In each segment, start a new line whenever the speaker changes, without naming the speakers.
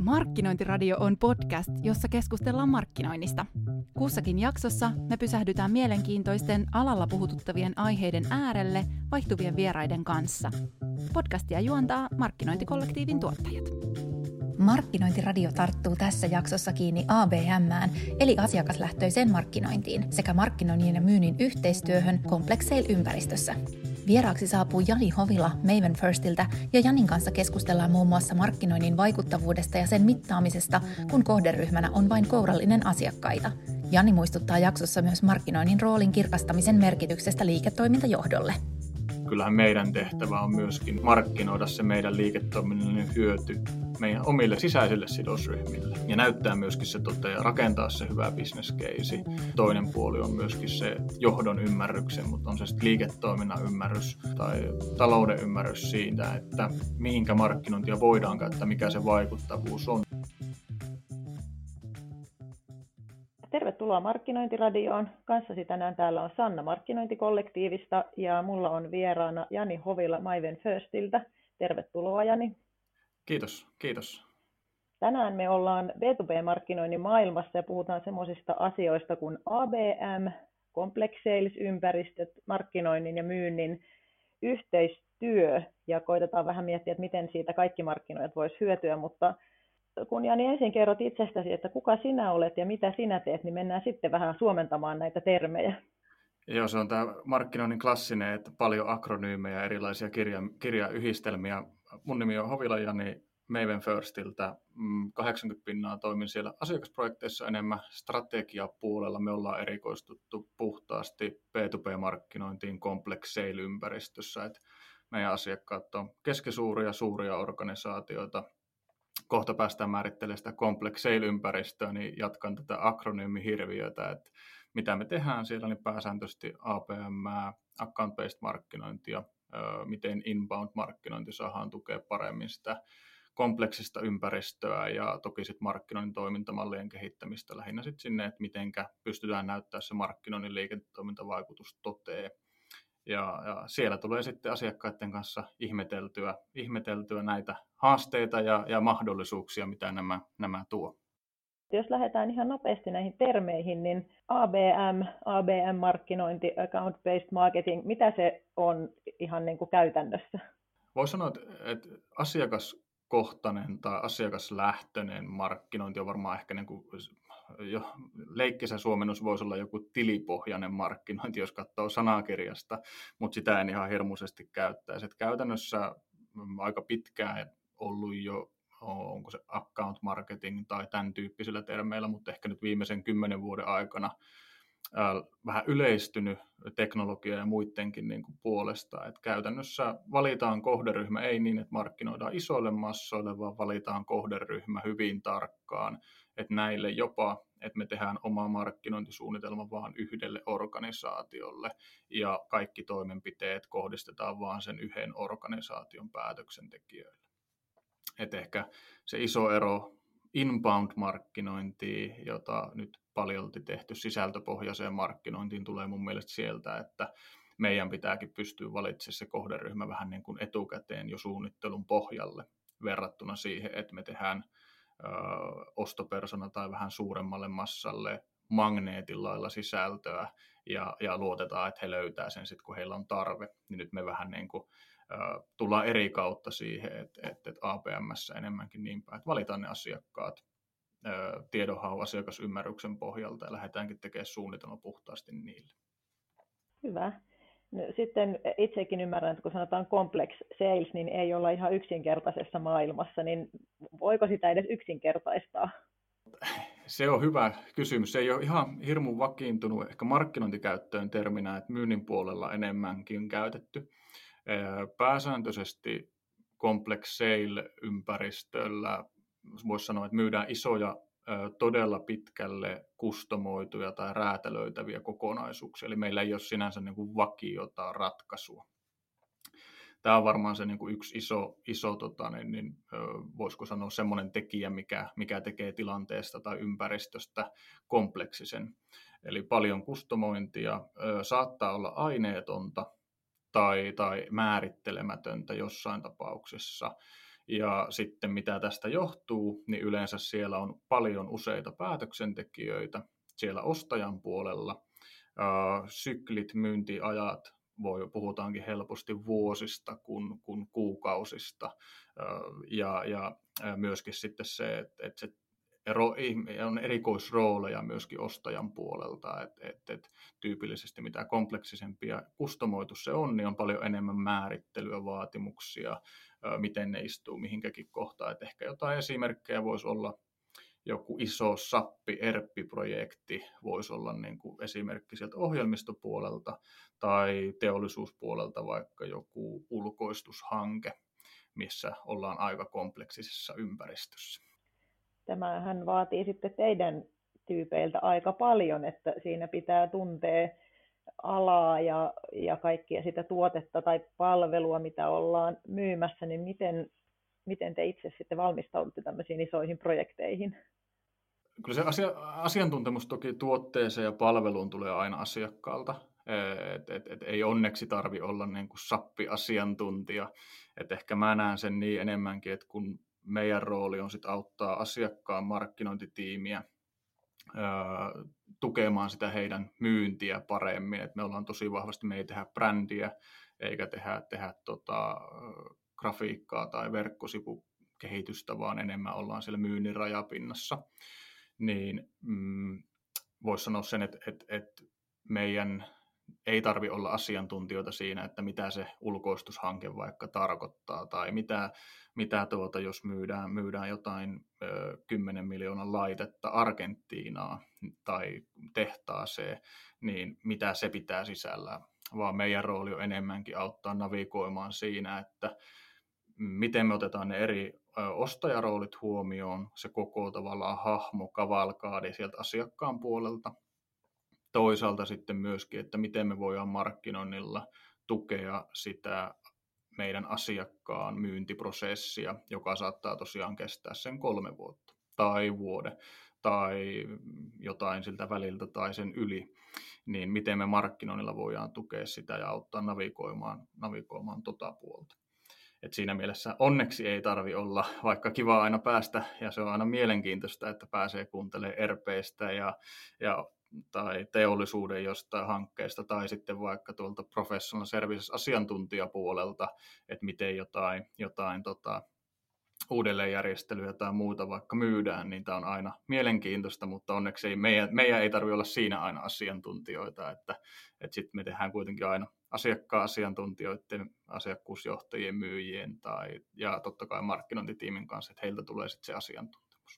Markkinointiradio on podcast, jossa keskustellaan markkinoinnista. Kussakin jaksossa me pysähdytään mielenkiintoisten alalla puhututtavien aiheiden äärelle vaihtuvien vieraiden kanssa. Podcastia juontaa Markkinointikollektiivin tuottajat. Markkinointiradio tarttuu tässä jaksossa kiinni ABM:ään, eli asiakaslähtöiseen markkinointiin, sekä markkinoinnin ja myynnin yhteistyöhön Complex Sale-ympäristössä. Vieraaksi saapuu Jani Hovila Maven Firstiltä, ja Janin kanssa keskustellaan muun muassa markkinoinnin vaikuttavuudesta ja sen mittaamisesta, kun kohderyhmänä on vain kourallinen asiakkaita. Jani muistuttaa jaksossa myös markkinoinnin roolin kirkastamisen merkityksestä liiketoimintajohdolle.
Kyllähän meidän tehtävä on myöskin markkinoida se meidän liiketoiminnallinen hyöty meidän omille sisäisille sidosryhmille ja näyttää myöskin se ja rakentaa se hyvä business case. Toinen puoli on myöskin se johdon ymmärryksen, mutta on se sitten liiketoiminnan ymmärrys tai talouden ymmärrys siitä, että mihinkä markkinointia voidaan käyttää, mikä se vaikuttavuus on.
Tervetuloa Markkinointiradioon. Kanssasi tänään täällä on Sanna Markkinointikollektiivista ja mulla on vieraana Jani Hovila Maven Firstiltä. Tervetuloa Jani.
Kiitos.
Tänään me ollaan B2B-markkinoinnin maailmassa ja puhutaan semmoisista asioista kuin ABM, Complex Sales-ympäristöt, markkinoinnin ja myynnin yhteistyö ja koitetaan vähän miettiä, että miten siitä kaikki markkinoijat vois hyötyä, mutta kun Jani ensin kerrot itsestäsi, että kuka sinä olet ja mitä sinä teet, niin mennään sitten vähän suomentamaan näitä termejä.
Joo, se on tämä markkinoinnin klassinen, että paljon akronyymejä, erilaisia kirjayhdistelmiä. Mun nimi on Hovila Jani Maven Firstiltä. 80% toimin siellä asiakasprojekteissa enemmän strategiapuolella. Me ollaan erikoistuttu puhtaasti B2B-markkinointiin Complex Sale-ympäristössä. Et meidän asiakkaat on keskisuuria, suuria organisaatioita. Kohta päästään määrittelemään sitä Complex Sale-ympäristöä, niin jatkan tätä akronyymihirviötä, että mitä me tehdään siellä, niin pääsääntöisesti APM, account-based markkinointia, miten inbound-markkinointi saadaan tukea paremmin sitä kompleksista ympäristöä ja toki sitten markkinoinnin toimintamallien kehittämistä lähinnä sitten sinne, että mitenkä pystytään näyttää se markkinoinnin liiketoimintavaikutus toteen. Ja siellä tulee sitten asiakkaiden kanssa ihmeteltyä näitä haasteita ja mahdollisuuksia, mitä nämä tuo.
Jos lähdetään ihan nopeasti näihin termeihin, niin ABM-markkinointi, account-based marketing, mitä se on ihan niin kuin käytännössä?
Voisi sanoa, että asiakaskohtainen tai asiakaslähtöinen markkinointi on varmaan ehkä niin kuin jo leikkisä suomennus voisi olla joku tilipohjainen markkinointi, jos katsoo sanakirjasta, mutta sitä en ihan hirmuisesti käyttäisi. Et käytännössä aika pitkään ollut jo, onko se account marketing tai tämän tyyppisillä termeillä, mutta ehkä nyt viimeisen 10 vuoden aikana vähän yleistynyt teknologia ja muidenkin niin kuin puolesta. Et käytännössä valitaan kohderyhmä ei niin, että markkinoidaan isoille massoille, vaan valitaan kohderyhmä hyvin tarkkaan, että näille jopa, että me tehdään oma markkinointisuunnitelma vaan yhdelle organisaatiolle ja kaikki toimenpiteet kohdistetaan vaan sen yhden organisaation päätöksentekijöille. Et ehkä se iso ero inbound-markkinointiin, jota nyt paljolti tehty sisältöpohjaiseen markkinointiin, tulee mun mielestä sieltä, että meidän pitääkin pystyä valitsemaan se kohderyhmä vähän niin kuin etukäteen jo suunnittelun pohjalle verrattuna siihen, että me tehdään ostopersona tai vähän suuremmalle massalle magneetin lailla sisältöä ja luotetaan, että he löytää sen sitten, kun heillä on tarve. Niin nyt me vähän niin kuin tullaan eri kautta siihen, että APM:ssä enemmänkin niin päin, että valitaan ne asiakkaat tiedonhaun asiakasymmärryksen pohjalta ja lähdetäänkin tekemään suunnitelma puhtaasti niille.
Hyvä. No, sitten itsekin ymmärrän, että kun sanotaan complex sales, niin ei olla ihan yksinkertaisessa maailmassa, niin voiko sitä edes yksinkertaistaa?
Se on hyvä kysymys. Se ei ole ihan hirmu vakiintunut ehkä markkinointikäyttöön terminä, että myynnin puolella enemmänkin käytetty. Pääsääntöisesti complex sale-ympäristöllä voisi sanoa, että myydään isoja, todella pitkälle kustomoituja tai räätälöitäviä kokonaisuuksia. Eli meillä ei ole sinänsä niin kuin vakiota ratkaisua. Tämä on varmaan se niin kuin yksi iso voisiko sanoa semmoinen tekijä, mikä tekee tilanteesta tai ympäristöstä kompleksisen. Eli paljon kustomointia, saattaa olla aineetonta tai määrittelemätöntä jossain tapauksessa. Ja sitten mitä tästä johtuu, niin yleensä siellä on paljon useita päätöksentekijöitä siellä ostajan puolella. Syklit, myyntiajat, puhutaankin helposti vuosista kuin kuukausista. Ja myöskin sitten se, että se on erikoisrooleja myöskin ostajan puolelta, että tyypillisesti mitä kompleksisempi ja kustomoitu se on, niin on paljon enemmän määrittelyä, vaatimuksia, miten ne istuu mihinkäkin kohtaan. Että ehkä jotain esimerkkejä voisi olla joku iso SAP ERP-projekti, voisi olla niin kuin esimerkki sieltä ohjelmistopuolelta tai teollisuuspuolelta vaikka joku ulkoistushanke, missä ollaan aika kompleksisessa ympäristössä.
Tämähän vaatii sitten teidän tyypeiltä aika paljon, että siinä pitää tuntea alaa ja kaikkia sitä tuotetta tai palvelua, mitä ollaan myymässä, niin miten te itse sitten valmistaudutte tämmöisiin isoihin projekteihin?
Kyllä se asiantuntemus toki tuotteeseen ja palveluun tulee aina asiakkaalta. Et ei onneksi tarvi olla niin kuin SAP-asiantuntija. Et ehkä mä näen sen niin enemmänkin, että kun meidän rooli on sit auttaa asiakkaan markkinointitiimiä tukemaan sitä heidän myyntiä paremmin. Et me ollaan tosi vahvasti, me ei tehdä brändiä eikä tehdä grafiikkaa tai verkkosivukehitystä, vaan enemmän ollaan siellä myynnin rajapinnassa. Niin voisi sanoa sen, että meidän ei tarvitse olla asiantuntijoita siinä, että mitä se ulkoistushanke vaikka tarkoittaa, tai mitä jos myydään jotain 10 miljoonan laitetta Argentiinaan tai tehtaaseen, niin mitä se pitää sisällään, vaan meidän rooli on enemmänkin auttaa navigoimaan siinä, että miten me otetaan ne eri ostajaroolit huomioon, se koko tavallaan hahmo, kavalkaadi sieltä asiakkaan puolelta. Toisaalta sitten myöskin, että miten me voidaan markkinoinnilla tukea sitä meidän asiakkaan myyntiprosessia, joka saattaa tosiaan kestää sen 3 vuotta tai vuoden tai jotain siltä väliltä tai sen yli, niin miten me markkinoinnilla voidaan tukea sitä ja auttaa navigoimaan tota puolta. Et siinä mielessä onneksi ei tarvitse olla, vaikka kiva aina päästä, ja se on aina mielenkiintoista, että pääsee kuuntelemaan RP:stä tai teollisuuden jostain hankkeesta, tai sitten vaikka tuolta professional services-asiantuntijapuolelta, että miten jotain uudelleenjärjestelyä tai muuta vaikka myydään, niin tämä on aina mielenkiintoista, mutta onneksi meidän ei tarvitse olla siinä aina asiantuntijoita, että sitten me tehdään kuitenkin aina asiakkaan-asiantuntijoiden, asiakkuusjohtajien, myyjien ja totta kai markkinointitiimin kanssa, että heiltä tulee sitten se asiantuntemus.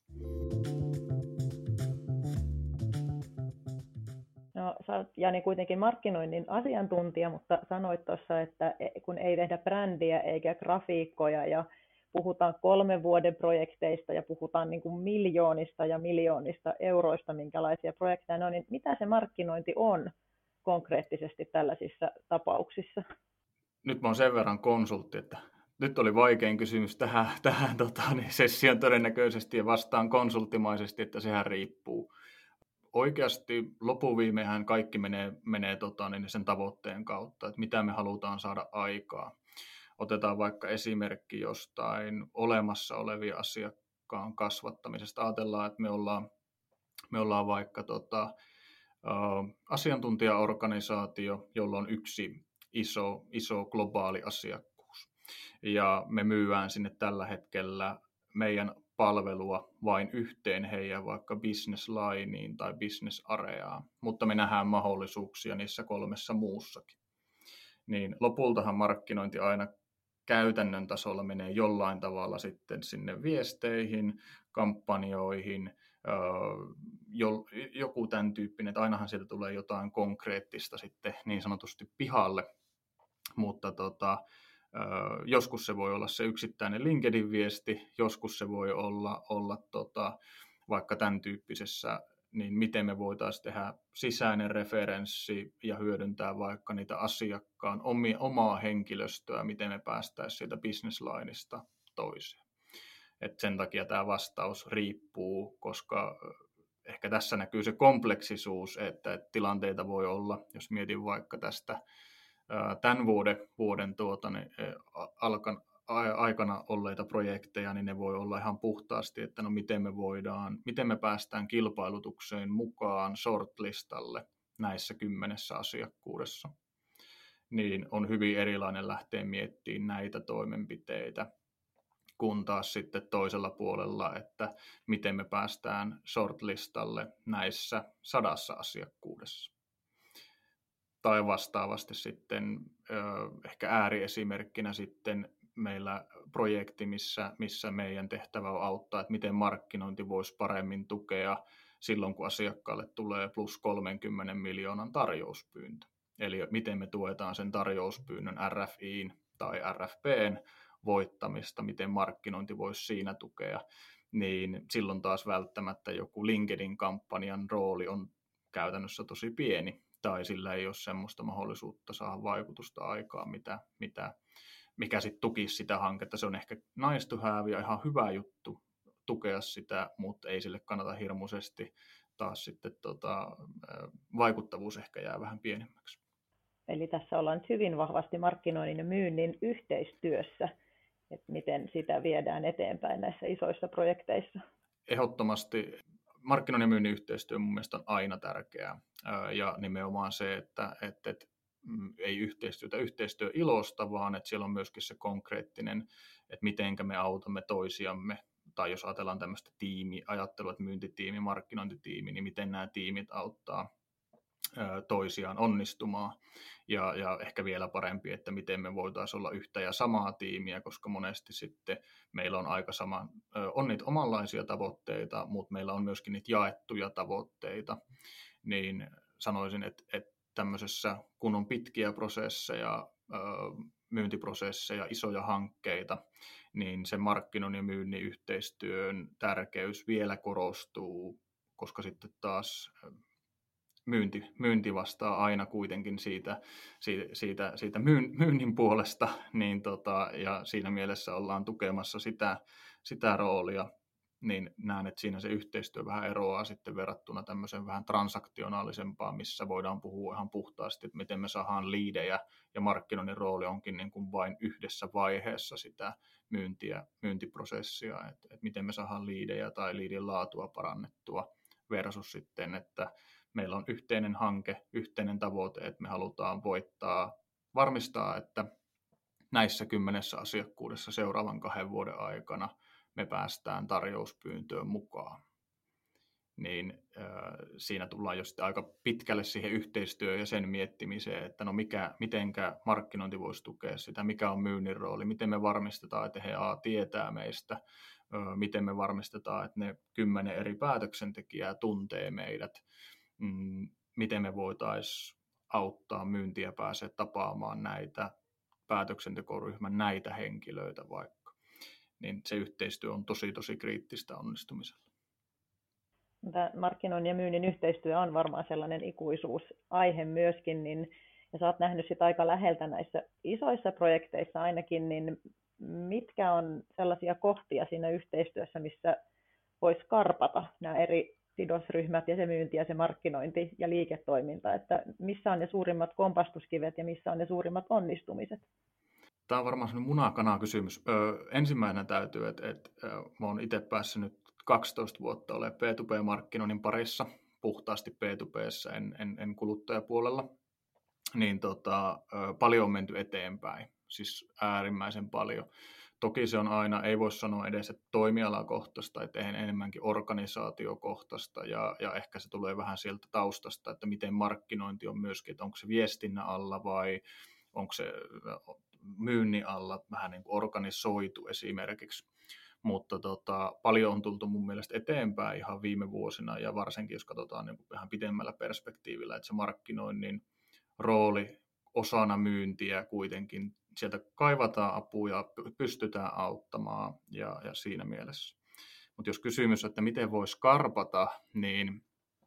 No, sä oot, Jani, kuitenkin markkinoinnin asiantuntija, mutta sanoit tuossa, että kun ei tehdä brändiä eikä grafiikkoja ja puhutaan 3 vuoden projekteista ja puhutaan niin kuin miljoonista ja miljoonista euroista, minkälaisia projekteja ne on, niin mitä se markkinointi on konkreettisesti tällaisissa tapauksissa?
Nyt mä oon sen verran konsultti, että nyt oli vaikein kysymys tähän sessioon todennäköisesti ja vastaan konsulttimaisesti, että sehän riippuu. Oikeasti lopuviimeinhän kaikki menee sen tavoitteen kautta, että mitä me halutaan saada aikaa. Otetaan vaikka esimerkki jostain olemassa olevia asiakkaan kasvattamisesta. Ajatellaan, että me ollaan vaikka asiantuntijaorganisaatio, jolla on yksi iso globaali asiakkuus. Ja me myydään sinne tällä hetkellä meidän palvelua vain yhteen heidän vaikka business lineen tai business areaan, mutta me nähdään mahdollisuuksia niissä 3 muussakin. Niin lopultahan markkinointi aina käytännön tasolla menee jollain tavalla sitten sinne viesteihin, kampanjoihin, joku tämän tyyppinen, että ainahan sieltä tulee jotain konkreettista sitten niin sanotusti pihalle, mutta joskus se voi olla se yksittäinen LinkedIn-viesti, joskus se voi olla vaikka tämän tyyppisessä, niin miten me voitaisiin tehdä sisäinen referenssi ja hyödyntää vaikka niitä asiakkaan omaa henkilöstöä, miten me päästäisiin sieltä business lineista toiseen. Et sen takia tämä vastaus riippuu, koska ehkä tässä näkyy se kompleksisuus, että tilanteita voi olla, jos mietin vaikka tästä tämän vuoden aikana olleita projekteja, niin ne voi olla ihan puhtaasti, että no miten me päästään kilpailutukseen mukaan shortlistalle näissä 10 asiakkuudessa. Niin on hyvin erilainen lähteä miettimään näitä toimenpiteitä, kun taas sitten toisella puolella, että miten me päästään shortlistalle näissä 100 asiakkuudessa. Tai vastaavasti sitten ehkä ääriesimerkkinä sitten meillä projekti, missä meidän tehtävä on auttaa, että miten markkinointi voisi paremmin tukea silloin, kun asiakkaalle tulee plus 30 miljoonan tarjouspyyntö. Eli miten me tuetaan sen tarjouspyynnön RFI:n tai RFP:n voittamista, miten markkinointi voisi siinä tukea, niin silloin taas välttämättä joku LinkedIn-kampanjan rooli on käytännössä tosi pieni, tai sillä ei ole semmoista mahdollisuutta saada vaikutusta aikaan, mikä sitten tukisi sitä hanketta. Se on ehkä nice to have ja ihan hyvä juttu tukea sitä, mutta ei sille kannata hirmuisesti. Taas sitten vaikuttavuus ehkä jää vähän pienemmäksi.
Eli tässä ollaan nyt hyvin vahvasti markkinoinnin ja myynnin yhteistyössä, että miten sitä viedään eteenpäin näissä isoissa projekteissa.
Ehdottomasti markkinoinnin ja myynnin yhteistyö mun mielestä on aina tärkeää, ja nimenomaan se, että ei yhteistyö ilosta, vaan että siellä on myöskin se konkreettinen, että mitenkä me autamme toisiamme, tai jos ajatellaan tämmöistä tiimiajattelua, että myyntitiimi, markkinointitiimi, niin miten nämä tiimit auttaa toisiaan onnistumaan, ja ehkä vielä parempi, että miten me voitaisiin olla yhtä ja samaa tiimiä, koska monesti sitten meillä on aika on niitä omanlaisia tavoitteita, mutta meillä on myöskin niitä jaettuja tavoitteita, niin sanoisin, että tämmöisessä, kun on pitkiä prosesseja, myyntiprosesseja, isoja hankkeita, niin se markkinoinnin ja myynnin yhteistyön tärkeys vielä korostuu, koska sitten taas myynti vastaa aina kuitenkin siitä myynnin puolesta, niin ja siinä mielessä ollaan tukemassa sitä roolia, niin näen, että siinä se yhteistyö vähän eroaa sitten verrattuna tämmöiseen vähän transaktionaalisempaan, missä voidaan puhua ihan puhtaasti, että miten me saadaan liidejä, ja markkinoinnin rooli onkin niin kuin vain yhdessä vaiheessa sitä myyntiprosessia, että miten me saadaan liidejä tai liidin laatua parannettua versus sitten, että meillä on yhteinen hanke, yhteinen tavoite, että me halutaan varmistaa, että näissä 10 asiakkuudessa seuraavan 2 vuoden aikana me päästään tarjouspyyntöön mukaan. Niin siinä tullaan jo sitten aika pitkälle siihen yhteistyöhön ja sen miettimiseen, että no mitenkä markkinointi voisi tukea sitä, mikä on myynnin rooli, miten me varmistetaan, että he tietää meistä, miten me varmistetaan, että ne 10 eri päätöksentekijää tuntee meidät, miten me voitaisiin auttaa myyntiä pääsee tapaamaan näitä päätöksentekoryhmän näitä henkilöitä vaikka. Niin se yhteistyö on tosi kriittistä onnistumisella.
Markkinoinnin ja myynnin yhteistyö on varmaan sellainen ikuisuusaihe myöskin, ja sä oot nähnyt sitä aika läheltä näissä isoissa projekteissa ainakin, niin mitkä on sellaisia kohtia siinä yhteistyössä, missä voisi karpata nämä eri sidosryhmät ja se myynti ja se markkinointi ja liiketoiminta, että missä on ne suurimmat kompastuskivet ja missä on ne suurimmat onnistumiset?
Tämä on varmaan sellainen muna-kana-kysymys. Ensimmäisenä täytyy, että mä oon itse päässyt nyt 12 vuotta olemaan B2B-markkinoinnin parissa, puhtaasti B2B:ssä, en kuluttajapuolella, niin paljon on menty eteenpäin, siis äärimmäisen paljon. Toki se on aina, ei voi sanoa edes, että toimialakohtaista, että enemmänkin organisaatiokohtaista, ja ehkä se tulee vähän sieltä taustasta, että miten markkinointi on myöskin, että onko se viestinnän alla vai onko se myynnin alla vähän niin kuin organisoitu esimerkiksi. Mutta paljon on tultu mun mielestä eteenpäin ihan viime vuosina, ja varsinkin jos katsotaan niin kuin vähän pidemmällä perspektiivillä, että se markkinoinnin rooli osana myyntiä kuitenkin, sieltä kaivataan apua ja pystytään auttamaan ja siinä mielessä. Mutta jos kysymys, että miten voisi karpata, niin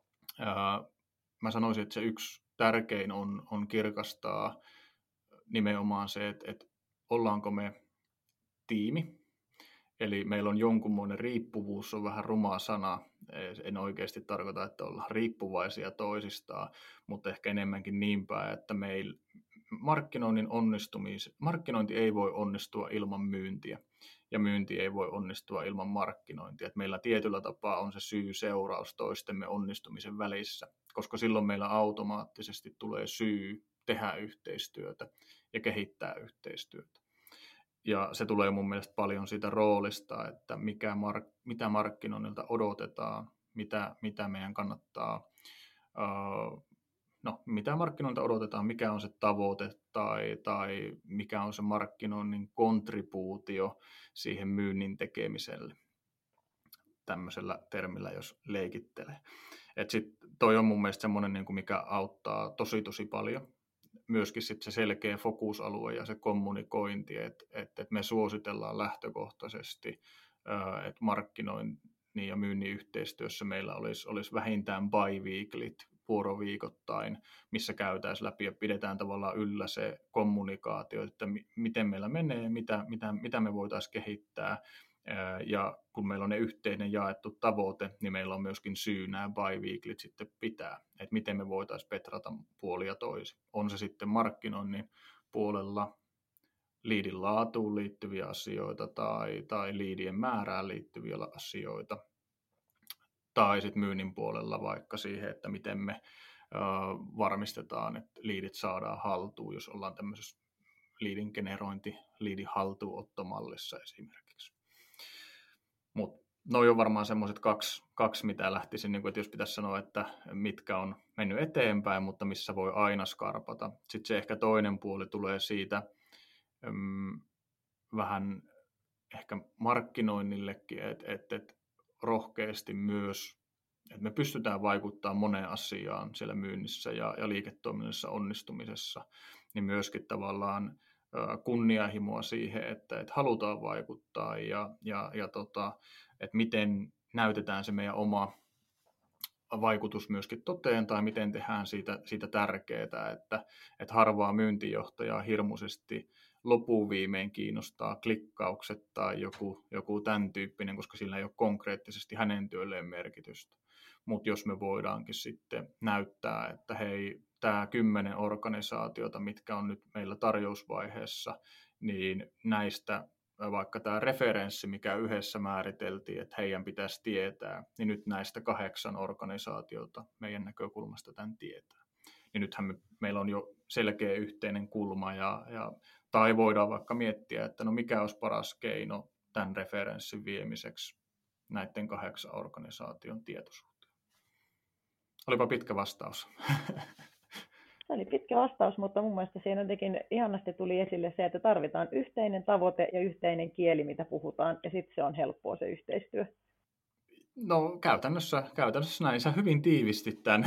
mä sanoisin, että se yksi tärkein on kirkastaa nimenomaan se, että ollaanko me tiimi. Eli meillä on jonkunmoinen riippuvuus, on vähän ruma sana. En oikeasti tarkoita, että ollaan riippuvaisia toisistaan, mutta ehkä enemmänkin niin päin, että markkinointi ei voi onnistua ilman myyntiä, ja myynti ei voi onnistua ilman markkinointia. Et meillä tietyllä tapaa on se syy-seuraus toistemme onnistumisen välissä, koska silloin meillä automaattisesti tulee syy tehdä yhteistyötä ja kehittää yhteistyötä. Ja se tulee mun mielestä paljon siitä roolista, että mitä markkinoinnilta odotetaan, mitä meidän kannattaa, mitä markkinoilta odotetaan, mikä on se tavoite tai mikä on se markkinoinnin kontribuutio siihen myynnin tekemiselle. Tämmöisellä termillä, jos leikittelee. Et sit toi on mun mielestä semmoinen, niin kuin mikä auttaa tosi paljon. Myöskin sit se selkeä fokusalue ja se kommunikointi, että me suositellaan lähtökohtaisesti, että markkinoinnin ja myynnin yhteistyössä meillä olisi vähintään bi-weeklyt, vuoroviikoittain, missä käytäisiin läpi ja pidetään tavallaan yllä se kommunikaatio, että miten meillä menee, mitä me voitaisiin kehittää. Ja kun meillä on ne yhteinen jaettu tavoite, niin meillä on myöskin syy nämä bi-weeklyt sitten pitää, että miten me voitaisiin petrata puolia toisin. On se sitten markkinoinnin puolella liidin laatuun liittyviä asioita tai liidien määrään liittyviä asioita, tai sitten myynnin puolella vaikka siihen, että miten me varmistetaan, että liidit saadaan haltuun, jos ollaan tämmöisessä liidin generointi, liidin haltuunottomallissa esimerkiksi. Mutta noi on varmaan semmoiset kaksi, mitä lähtisin, niin että jos pitäisi sanoa, että mitkä on mennyt eteenpäin, mutta missä voi aina skarpata. Sitten se ehkä toinen puoli tulee siitä vähän ehkä markkinoinnillekin, että rohkeasti myös, että me pystytään vaikuttamaan moneen asiaan siellä myynnissä ja liiketoiminnallisessa onnistumisessa, niin myöskin tavallaan kunnianhimoa siihen, että halutaan vaikuttaa että miten näytetään se meidän oma vaikutus myöskin toteen tai miten tehdään siitä tärkeää, että harvaa myyntijohtajaa hirmuisesti lopuviimein kiinnostaa klikkaukset tai joku tämän tyyppinen, koska sillä ei ole konkreettisesti hänen työlleen merkitystä. Mutta jos me voidaankin sitten näyttää, että hei, tämä 10 organisaatiota, mitkä on nyt meillä tarjousvaiheessa, niin näistä vaikka tämä referenssi, mikä yhdessä määriteltiin, että heidän pitäisi tietää, niin nyt näistä 8 organisaatiota meidän näkökulmasta tämän tietää. Niin nythän meillä on jo selkeä yhteinen kulma, tai voidaan vaikka miettiä, että no mikä olisi paras keino tämän referenssin viemiseksi näiden 8 organisaation tietoisuuteen. Olipa pitkä vastaus.
Se oli pitkä vastaus, mutta mun mielestä siinä jotenkin ihanasti tuli esille se, että tarvitaan yhteinen tavoite ja yhteinen kieli, mitä puhutaan, ja sitten se on helppoa se yhteistyö.
No käytännössä näin. Sä hyvin tiivistit tämän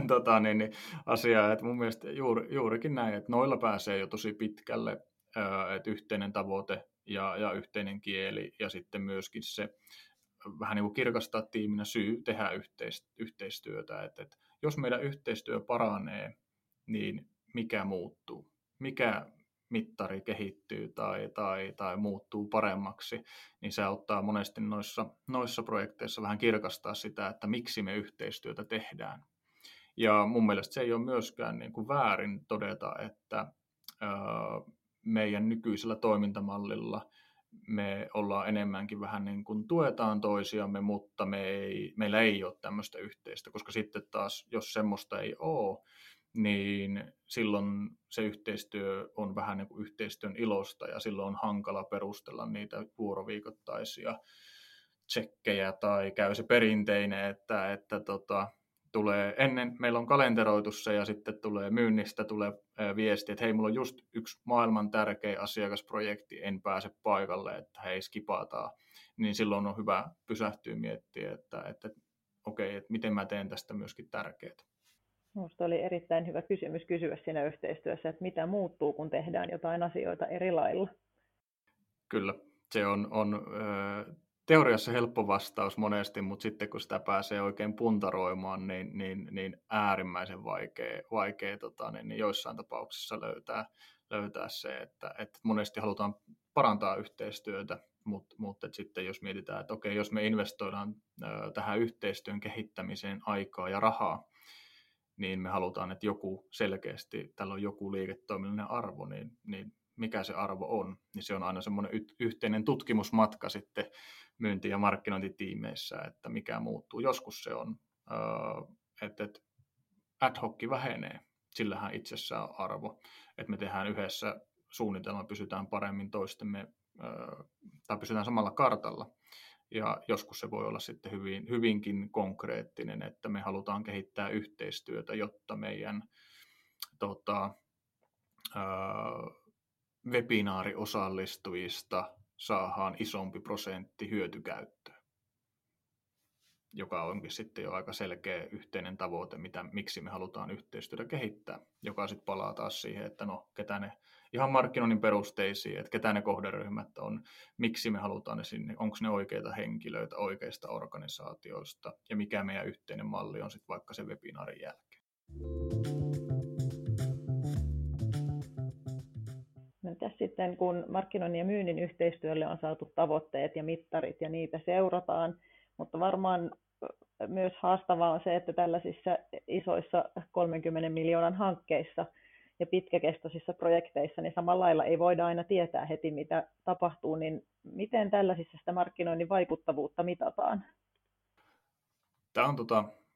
asian, että mun mielestä juurikin näin, että noilla pääsee jo tosi pitkälle, että yhteinen tavoite ja yhteinen kieli ja sitten myöskin se vähän niin kuin kirkastaa tiiminä syy tehdä yhteistyötä, että jos meidän yhteistyö paranee, niin mikä muuttuu? Mikä mittari kehittyy tai muuttuu paremmaksi, niin se auttaa monesti noissa projekteissa vähän kirkastaa sitä, että miksi me yhteistyötä tehdään. Ja mun mielestä se ei ole myöskään niin kuin väärin todeta, että meidän nykyisellä toimintamallilla me ollaan enemmänkin vähän niin kuin tuetaan toisiamme, mutta meillä ei ole tämmöistä yhteistä, koska sitten taas, jos semmoista ei ole, niin silloin se yhteistyö on vähän niin kuin yhteistyön ilosta ja silloin on hankala perustella niitä vuoroviikoittaisia tsekkejä tai käy se perinteinen, että tulee ennen, meillä on kalenteroitu se ja sitten tulee myynnistä, tulee viesti, että hei, mulla on just yksi maailman tärkeä asiakasprojekti, en pääse paikalle, että hei, skipataan. Niin silloin on hyvä pysähtyä miettiä, että okei, että miten mä teen tästä myöskin tärkeää.
Minusta oli erittäin hyvä kysymys kysyä siinä yhteistyössä, että mitä muuttuu, kun tehdään jotain asioita eri lailla.
Kyllä, se on teoriassa helppo vastaus monesti, mutta sitten kun sitä pääsee oikein puntaroimaan, niin äärimmäisen vaikea niin joissain tapauksissa löytää se, että monesti halutaan parantaa yhteistyötä, mutta sitten jos mietitään, että okei, jos me investoidaan tähän yhteistyön kehittämiseen aikaa ja rahaa, niin me halutaan, että joku selkeästi, tällä on joku liiketoiminnallinen arvo, niin mikä se arvo on, niin se on aina semmoinen yhteinen tutkimusmatka sitten myynti- ja markkinointitiimeissä, että mikä muuttuu. Joskus se on, että ad hoc vähenee, sillähän itsessään on arvo, että me tehdään yhdessä suunnitelma, pysytään paremmin toistemme, tai pysytään samalla kartalla. Ja joskus se voi olla sitten hyvinkin konkreettinen, että me halutaan kehittää yhteistyötä, jotta meidän webinaariosallistujista saadaan isompi prosentti hyötykäyttöön, joka onkin sitten jo aika selkeä yhteinen tavoite, miksi me halutaan yhteistyötä kehittää, joka sitten palaa taas siihen, että no, ketä ne ihan markkinoinnin perusteisiin, että ketä ne kohderyhmät on, miksi me halutaan ne sinne, onko ne oikeita henkilöitä oikeista organisaatioista ja mikä meidän yhteinen malli on sitten vaikka sen webinaarin jälkeen.
No, sitten kun markkinoinnin ja myynnin yhteistyölle on saatu tavoitteet ja mittarit ja niitä seurataan, mutta varmaan myös haastavaa on se, että tällaisissa isoissa 30 miljoonan hankkeissa ja pitkäkestoisissa projekteissa, niin samalla lailla ei voida aina tietää heti, mitä tapahtuu, niin miten tällaisissa sitä markkinoinnin vaikuttavuutta mitataan?
Tämä on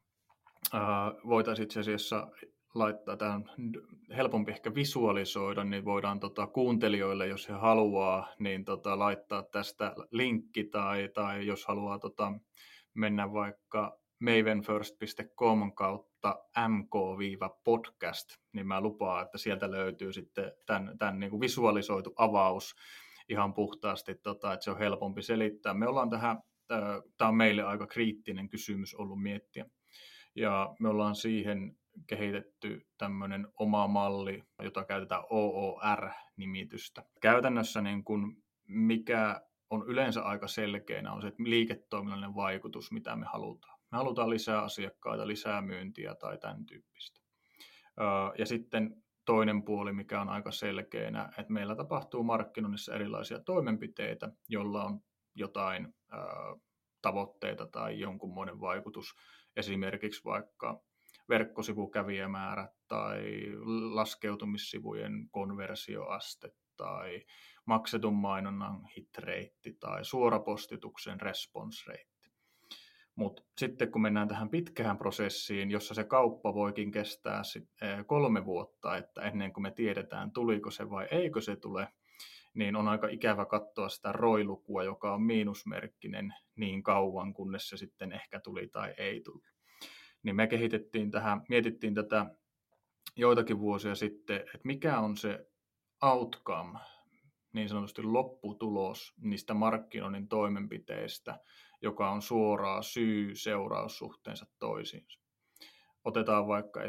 voitaisiin itse asiassa laittaa, tämä on helpompi ehkä visualisoida, niin voidaan kuuntelijoille, jos he haluaa, niin laittaa tästä linkki, tai jos haluaa mennä vaikka mavenfirst.com kautta mk-podcast, niin mä lupaan, että sieltä löytyy sitten tämän niin kuin visualisoitu avaus ihan puhtaasti, että se on helpompi selittää. Me ollaan tämä on meille aika kriittinen kysymys ollut miettiä, ja me ollaan siihen kehitetty tämmöinen oma malli, jota käytetään OOR-nimitystä. Käytännössä niin kun mikä on yleensä aika selkeänä on se, että liiketoiminnallinen vaikutus, mitä me halutaan. Me halutaan lisää asiakkaita, lisää myyntiä tai tämän tyyppistä. Ja sitten toinen puoli, mikä on aika selkeänä, että meillä tapahtuu markkinoinnissa erilaisia toimenpiteitä, joilla on jotain tavoitteita tai jonkunmoinen vaikutus. Esimerkiksi vaikka verkkosivukävijämäärät tai laskeutumissivujen konversioaste tai maksetun mainonnan hitreitti tai suorapostituksen response rate. Mutta sitten kun mennään tähän pitkään prosessiin, jossa se kauppa voikin kestää 3 vuotta, että ennen kuin me tiedetään, tuliko se vai eikö se tule, niin on aika ikävä katsoa sitä ROI-lukua, joka on miinusmerkkinen niin kauan, kunnes se sitten ehkä tuli tai ei tullut. Niin me mietittiin tätä joitakin vuosia sitten, että mikä on se outcome, niin sanotusti lopputulos niistä markkinoinnin toimenpiteistä, joka on suoraa syy-seuraussuhteensa toisiinsa. Otetaan vaikka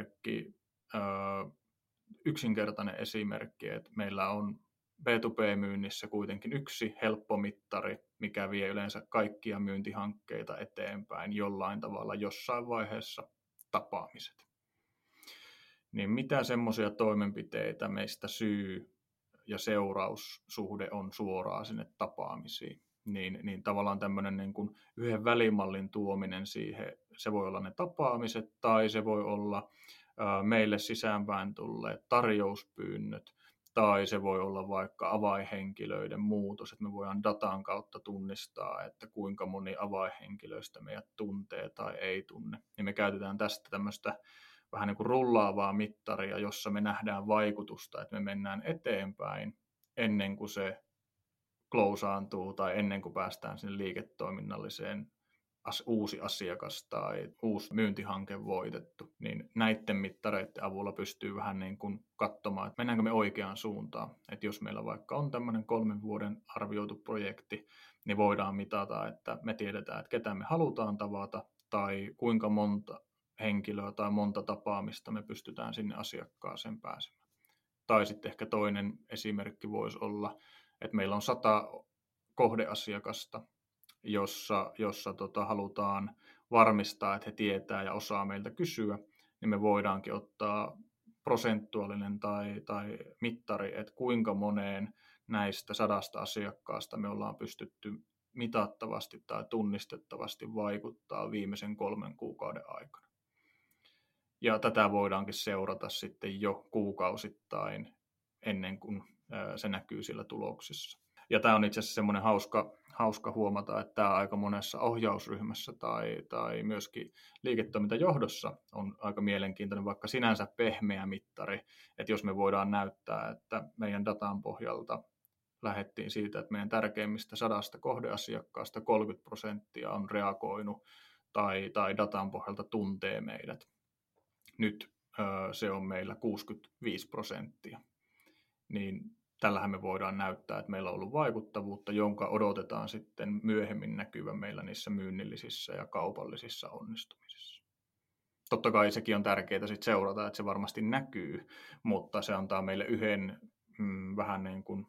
yksinkertainen esimerkki, että meillä on B2B-myynnissä kuitenkin yksi helppo mittari, mikä vie yleensä kaikkia myyntihankkeita eteenpäin jollain tavalla jossain vaiheessa, tapaamiset. Niin mitä semmoisia toimenpiteitä meistä syy- ja seuraussuhde on suoraan sinne tapaamisiin? Niin tavallaan tämmöinen niin kuin yhden välimallin tuominen siihen, se voi olla ne tapaamiset tai se voi olla meille sisäänpäin tulleet tarjouspyynnöt, tai se voi olla vaikka avainhenkilöiden muutos, että me voidaan datan kautta tunnistaa, että kuinka moni avainhenkilöistä meidät tuntee tai ei tunne. Ja me käytetään tästä tämmöistä vähän niin kuin rullaavaa mittaria, jossa me nähdään vaikutusta, että me mennään eteenpäin ennen kuin se closeaantuu tai ennen kuin päästään sinne liiketoiminnalliseen uusi asiakas tai uusi myyntihanke voitettu, niin näiden mittareiden avulla pystyy vähän niin kuin katsomaan, että mennäänkö me oikeaan suuntaan. Että jos meillä vaikka on tämmöinen 3 vuoden arvioitu projekti, niin voidaan mitata, että me tiedetään, että ketä me halutaan tavata tai kuinka monta henkilöä tai monta tapaamista me pystytään sinne asiakkaaseen pääsemään. Tai sitten ehkä toinen esimerkki voisi olla, että meillä on 100 kohdeasiakasta, jossa halutaan varmistaa, että he tietää ja osaa meiltä kysyä, niin me voidaankin ottaa prosentuaalinen tai mittari, että kuinka moneen näistä 100 asiakkaasta me ollaan pystytty mitattavasti tai tunnistettavasti vaikuttaa viimeisen 3 kuukauden aikana. Ja tätä voidaankin seurata sitten jo kuukausittain ennen kuin se näkyy siellä tuloksissa. Ja tämä on itse asiassa semmoinen hauska huomata, että tämä aika monessa ohjausryhmässä tai myöskin liiketoimintajohdossa on aika mielenkiintoinen, vaikka sinänsä pehmeä mittari, että jos me voidaan näyttää, että meidän datan pohjalta lähdettiin siitä, että meidän tärkeimmistä 100 kohdeasiakkaasta 30% on reagoinut tai datan pohjalta tuntee meidät. Nyt se on meillä 65%. Niin tällähän me voidaan näyttää, että meillä on ollut vaikuttavuutta, jonka odotetaan sitten myöhemmin näkyvän meillä niissä myynnillisissä ja kaupallisissa onnistumisissa. Totta kai sekin on tärkeää sit seurata, että se varmasti näkyy, mutta se antaa meille yhden vähän niin kuin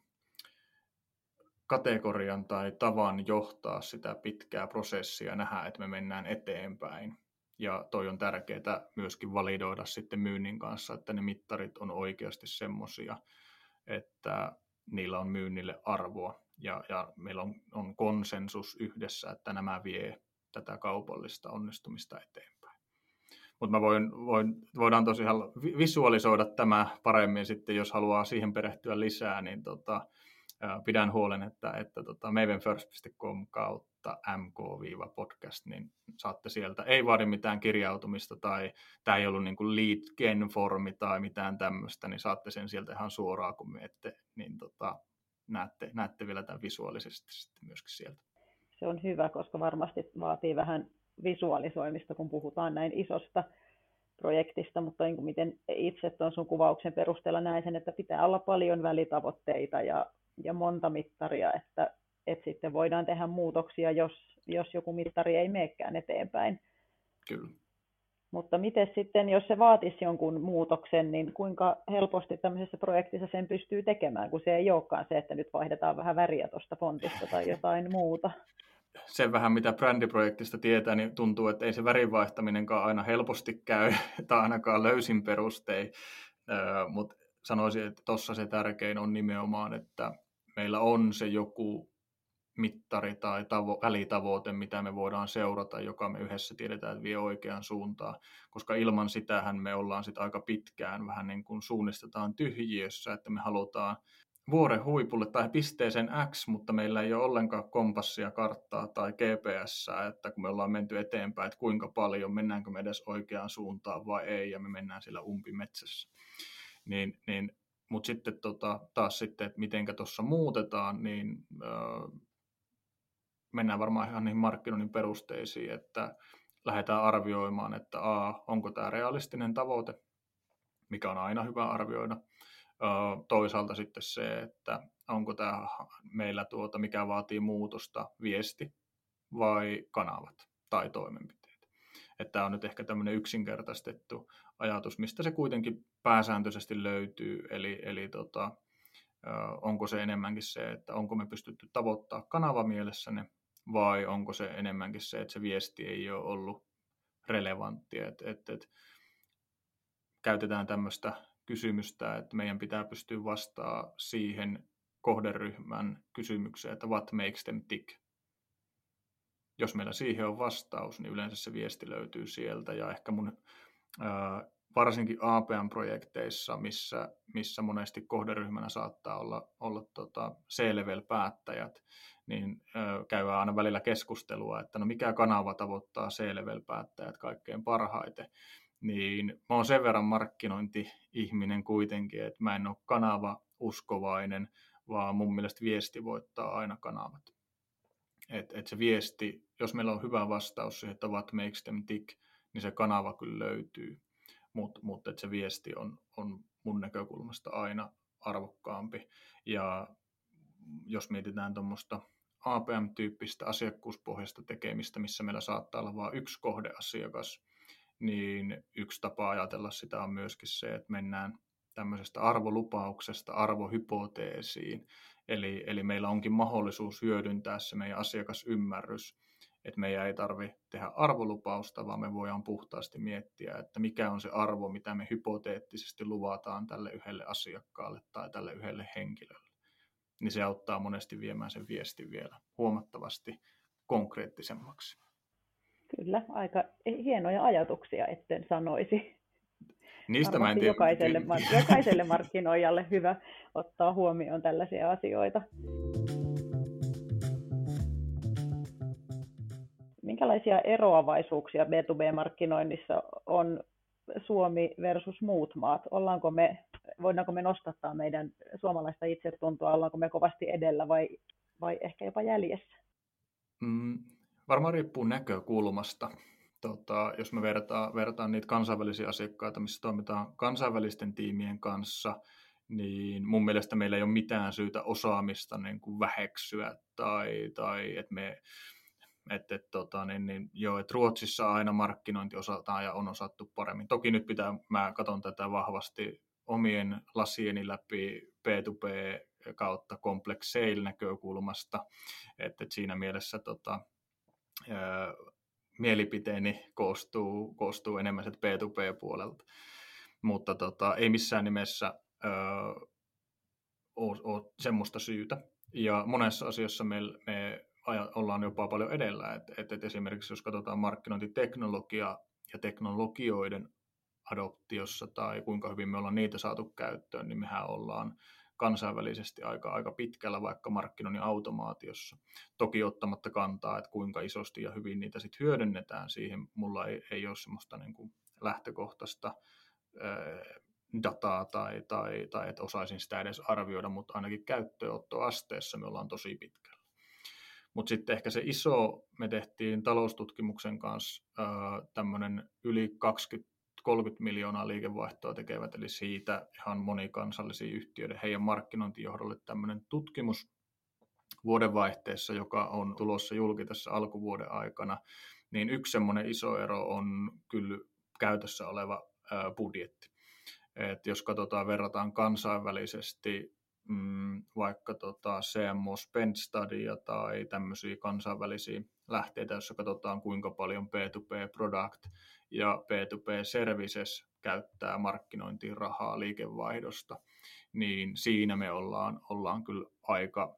kategorian tai tavan johtaa sitä pitkää prosessia ja nähdä, että me mennään eteenpäin. Ja toi on tärkeää myöskin validoida sitten myynnin kanssa, että ne mittarit on oikeasti semmoisia, että niillä on myynnille arvoa ja meillä on konsensus yhdessä, että nämä vie tätä kaupallista onnistumista eteenpäin. Mutta voidaan tosiaan visualisoida tämä paremmin sitten, jos haluaa siihen perehtyä lisää, niin pidän huolen, että mavenfirst.com kautta mk-podcast, niin saatte sieltä. Ei vaadi mitään kirjautumista tai tämä ei ollut niin kuin lead gen formi tai mitään tämmöistä, niin saatte sen sieltä ihan suoraan, kun menette, niin näette vielä tämän visuaalisesti sitten myöskin sieltä.
Se on hyvä, koska varmasti vaatii vähän visualisoimista, kun puhutaan näin isosta projektista, mutta niin kuin miten itse tuon sun kuvauksen perusteella näin sen, että pitää olla paljon välitavoitteita ja monta mittaria, että sitten voidaan tehdä muutoksia, jos joku mittari ei menekään eteenpäin.
Kyllä.
Mutta miten sitten, jos se vaatisi jonkun muutoksen, niin kuinka helposti tämmöisessä projektissa sen pystyy tekemään, kun se ei olekaan se, että nyt vaihdetaan vähän väriä tuosta fontista tai jotain muuta?
Sen vähän, mitä brändiprojektista tietää, niin tuntuu, että ei se värin vaihtaminenkaan aina helposti käy, tai ainakaan löysin perustein, mutta sanoisin, että tuossa se tärkein on nimenomaan, että meillä on se joku mittari tai välitavoite, mitä me voidaan seurata, joka me yhdessä tiedetään, että vie oikeaan suuntaan, koska ilman sitähän me ollaan sit aika pitkään vähän niin kuin suunnistetaan tyhjiössä, että me halutaan vuoren huipulle tai pisteeseen X, mutta meillä ei ole ollenkaan kompassia, karttaa tai GPS:ää, että kun me ollaan menty eteenpäin, että kuinka paljon, mennäänkö me edes oikeaan suuntaan vai ei, ja me mennään siellä umpimetsässä. Mutta sitten taas sitten, että mitenkä tuossa muutetaan, niin mennään varmaan ihan niihin markkinoinnin perusteisiin, että lähdetään arvioimaan, että onko tämä realistinen tavoite, mikä on aina hyvä arvioida. Toisaalta sitten se, että onko tämä meillä mikä vaatii muutosta, viesti vai kanavat tai toimenpiteet. Että tämä on nyt ehkä tämmöinen yksinkertaistettu ajatus, mistä se kuitenkin pääsääntöisesti löytyy, eli onko se enemmänkin se, että onko me pystytty tavoittaa kanava mielessäne, vai onko se enemmänkin se, että se viesti ei ole ollut relevanttia. Käytetään tämmöistä kysymystä, että meidän pitää pystyä vastaamaan siihen kohderyhmän kysymykseen, että what makes them tick. Jos meillä siihen on vastaus, niin yleensä se viesti löytyy sieltä. Ja ehkä mun varsinkin APM-projekteissa, missä monesti kohderyhmänä saattaa olla C-level-päättäjät, niin käydään aina välillä keskustelua, että no mikä kanava tavoittaa C-level-päättäjät kaikkein parhaiten. Niin mä oon sen verran markkinointi-ihminen kuitenkin, että mä en ole kanava-uskovainen, vaan mun mielestä viesti voittaa aina kanavat. Et se viesti, jos meillä on hyvä vastaus siihen, että what makes them tick, niin se kanava kyllä löytyy. Mutta se viesti on mun näkökulmasta aina arvokkaampi. Ja jos mietitään tuommoista APM-tyyppistä asiakkuuspohjaista tekemistä, missä meillä saattaa olla vain yksi kohdeasiakas, niin yksi tapa ajatella sitä on myöskin se, että mennään tämmöisestä arvolupauksesta arvohypoteesiin. Eli meillä onkin mahdollisuus hyödyntää se meidän asiakasymmärrys, että meidän ei tarvitse tehdä arvolupausta, vaan me voidaan puhtaasti miettiä, että mikä on se arvo, mitä me hypoteettisesti luvataan tälle yhdelle asiakkaalle tai tälle yhdelle henkilölle. Niin se auttaa monesti viemään sen viestin vielä huomattavasti konkreettisemmaksi.
Kyllä, aika hienoja ajatuksia, etten sanoisi.
Niistä mä en
Varmasti
tiedä.
jokaiselle markkinoijalle hyvä ottaa huomioon tällaisia asioita. Minkälaisia eroavaisuuksia B2B-markkinoinnissa on Suomi versus muut maat? Voidaanko me nostattaa meidän suomalaista itsetuntoa? Ollaanko me kovasti edellä vai ehkä jopa jäljessä?
Varmaan riippuu näkökulmasta. Jos me vertaan niitä kansainvälisiä asiakkaita, missä toimitaan kansainvälisten tiimien kanssa, niin mun mielestä meillä ei ole mitään syytä osaamista niin kuin väheksyä tai että me että Ruotsissa aina markkinointi osataan ja on osattu paremmin. Toki nyt mä katson tätä vahvasti omien lasieni läpi B2B kautta complex sale näkökulmasta, että siinä mielessä mielipiteeni koostuu enemmän B2B-puolelta, mutta ei missään nimessä ole semmoista syytä. Ja monessa asiassa me ollaan jopa paljon edellä, että esimerkiksi jos katsotaan markkinointiteknologiaa ja teknologioiden adoptiossa tai kuinka hyvin me ollaan niitä saatu käyttöön, niin mehän ollaan kansainvälisesti aika pitkällä vaikka markkinoinnin automaatiossa. Toki ottamatta kantaa, että kuinka isosti ja hyvin niitä sitten hyödynnetään siihen. Mulla ei ole semmoista niin kuin lähtökohtaista dataa tai että osaisin sitä edes arvioida, mutta ainakin käyttöönottoasteessa me ollaan tosi pitkällä. Mutta sitten ehkä se me tehtiin taloustutkimuksen kanssa tämmöinen yli 20-30 miljoonaa liikevaihtoa tekevät, eli siitä ihan monikansallisia yhtiöiden, heidän markkinointijohdolle tämmöinen tutkimus vuodenvaihteessa, joka on tulossa julki tässä alkuvuoden aikana, niin yksi semmoinen iso ero on kyllä käytössä oleva budjetti. Et jos verrataan kansainvälisesti vaikka CMO Spend Studya tai tämmöisiä kansainvälisiä lähteitä, joissa katsotaan kuinka paljon B2B Product ja B2B Services käyttää markkinointiin rahaa liikevaihdosta, niin siinä me ollaan kyllä aika